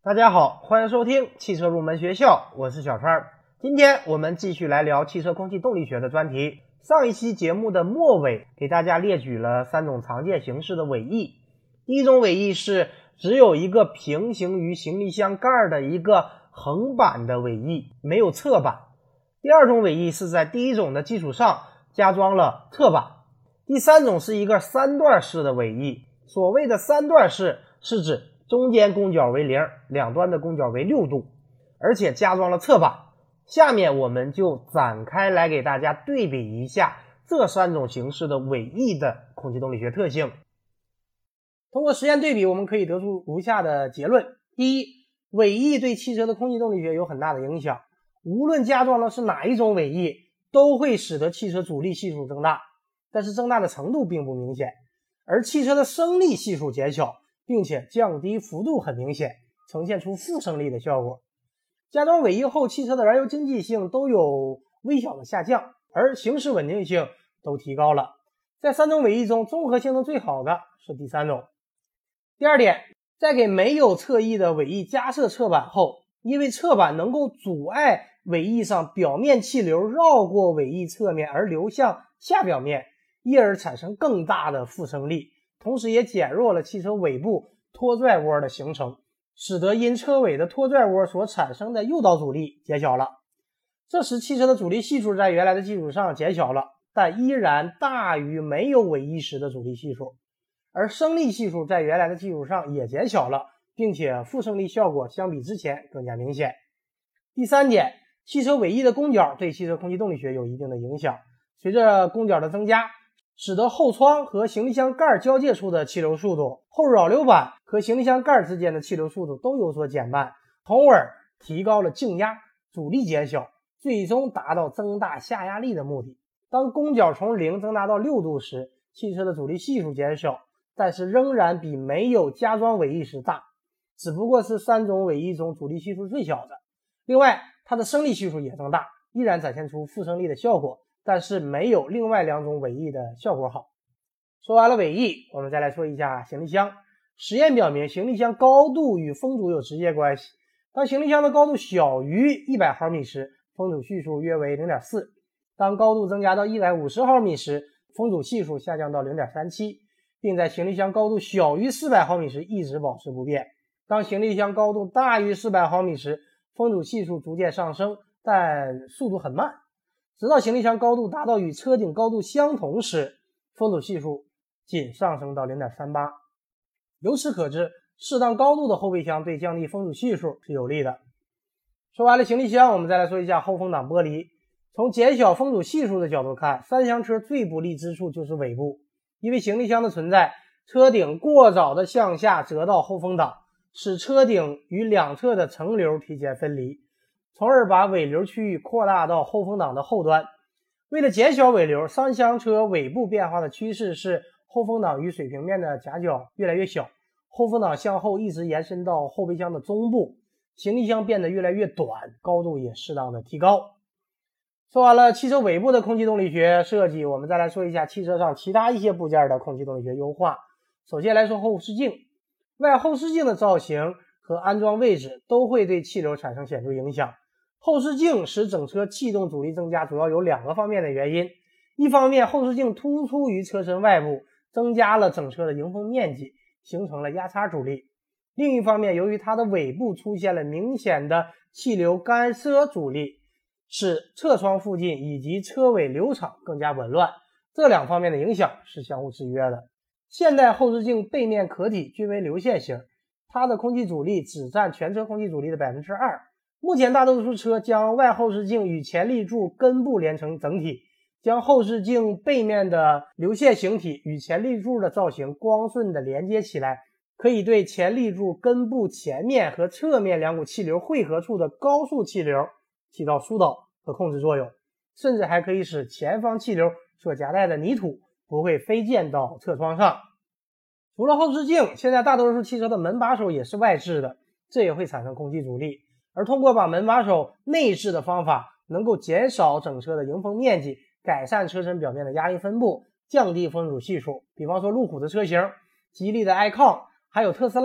大家好，欢迎收听汽车入门学校，我是小川。今天我们继续来聊汽车空气动力学的专题。上一期节目的末尾给大家列举了3种常见形式的尾翼。第一种尾翼是只有一个平行于行李箱盖的一个横板的尾翼，没有侧板。第二种尾翼是在第一种的基础上加装了侧板。第三种是一个3段式的尾翼。所谓的3段式是指中间弓角为0，两端的弓角为6度，而且加装了侧板。下面我们就展开来给大家对比一下这3种形式的尾翼的空气动力学特性。通过实验对比，我们可以得出如下的结论。第一，尾翼对汽车的空气动力学有很大的影响，无论加装的是哪一种尾翼，都会使得汽车阻力系数增大，但是增大的程度并不明显，而汽车的升力系数减小，并且降低幅度很明显，呈现出负升力的效果。加装尾翼后，汽车的燃油经济性都有微小的下降，而行驶稳定性都提高了。在3种尾翼中，综合性能最好的是第3种。第二点，在给没有侧翼的尾翼加设侧板后，因为侧板能够阻碍尾翼上表面气流绕过尾翼侧面而流向下表面，因而产生更大的负升力，同时也减弱了汽车尾部拖拽涡的形成，使得因车尾的拖拽涡所产生的诱导阻力减小了。这时汽车的阻力系数在原来的基础上减小了，但依然大于没有尾翼时的阻力系数，而升力系数在原来的基础上也减小了，并且负升力效果相比之前更加明显。第3点，汽车尾翼的弓角对汽车空气动力学有一定的影响。随着弓角的增加，使得后窗和行李箱盖交界处的气流速度、后扰流板和行李箱盖之间的气流速度都有所减慢，从而提高了静压，阻力减小，最终达到增大下压力的目的。当弓角从0增大到6度时，汽车的阻力系数减小，但是仍然比没有加装尾翼时大，只不过是3种尾翼中阻力系数最小的。另外，它的升力系数也增大，依然展现出负升力的效果，但是没有另外2种尾翼的效果好。说完了尾翼，我们再来说一下行李箱。实验表明，行李箱高度与风阻有直接关系。当行李箱的高度小于100毫米时，风阻系数约为 0.4； 当高度增加到150毫米时，风阻系数下降到 0.37， 并在行李箱高度小于400毫米时一直保持不变。当行李箱高度大于400毫米时，风阻系数逐渐上升，但速度很慢，直到行李箱高度达到与车顶高度相同时，风阻系数仅上升到 0.38。 由此可知，适当高度的后备箱对降低风阻系数是有利的。说完了行李箱，我们再来说一下后风挡玻璃。从减小风阻系数的角度看，3厢车最不利之处就是尾部。因为行李箱的存在，车顶过早的向下折到后风挡，使车顶与两侧的层流提前分离，从而把尾流区域扩大到后风挡的后端。为了减小尾流，3厢车尾部变化的趋势是后风挡与水平面的夹角越来越小，后风挡向后一直延伸到后备箱的中部，行李箱变得越来越短，高度也适当的提高。说完了汽车尾部的空气动力学设计，我们再来说一下汽车上其他一些部件的空气动力学优化。首先来说后视镜。外后视镜的造型和安装位置都会对气流产生显著影响。后视镜使整车气动阻力增加，主要有2个方面的原因。一方面，后视镜突出于车身外部，增加了整车的迎风面积，形成了压差阻力。另一方面，由于它的尾部出现了明显的气流干涉阻力，使侧窗附近以及车尾流场更加紊乱。这2方面的影响是相互制约的。现代后视镜背面壳体均为流线型，它的空气阻力只占全车空气阻力的 2%。 目前大多数车将外后视镜与前立柱根部连成整体，将后视镜背面的流线形体与前立柱的造型光顺的连接起来，可以对前立柱根部前面和侧面2股气流汇合处的高速气流起到疏导和控制作用，甚至还可以使前方气流所夹带的泥土不会飞溅到侧窗上。除了后视镜，现在大多数汽车的门把手也是外置的，这也会产生空气阻力。而通过把门把手内置的方法，能够减少整车的迎风面积，改善车身表面的压力分布，降低风阻系数。比方说路虎的车型、吉利的 icon， 还有特斯拉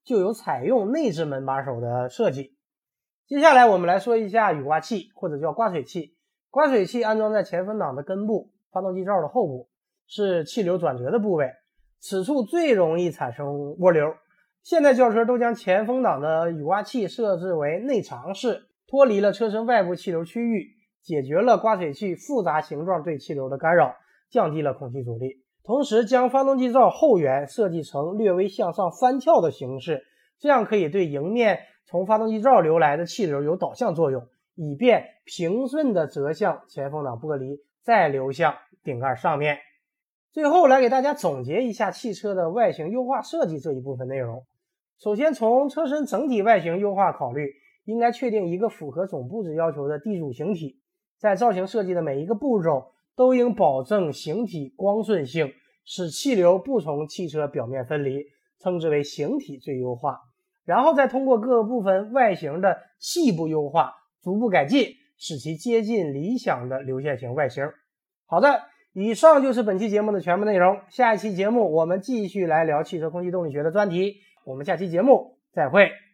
就有采用内置门把手的设计。接下来我们来说一下雨刮器或者叫刮水器。刮水器安装在前风挡的根部，发动机罩的后部，是气流转折的部位，此处最容易产生涡流。现代轿车都将前风挡的雨刮器设置为内藏式，脱离了车身外部气流区域，解决了刮水器复杂形状对气流的干扰，降低了空气阻力。同时将发动机罩后缘设计成略微向上翻跳的形式，这样可以对迎面从发动机罩流来的气流有导向作用，以便平顺地折向前风挡玻璃，再流向顶盖上面。最后来给大家总结一下汽车的外形优化设计这一部分内容。首先从车身整体外形优化考虑，应该确定一个符合总布置要求的地主形体，在造型设计的每一个步骤都应保证形体光顺性，使气流不从汽车表面分离，称之为形体最优化。然后再通过各个部分外形的细部优化，逐步改进，使其接近理想的流线型外形。好的，以上就是本期节目的全部内容。下一期节目我们继续来聊汽车空气动力学的专题，我们下期节目再会。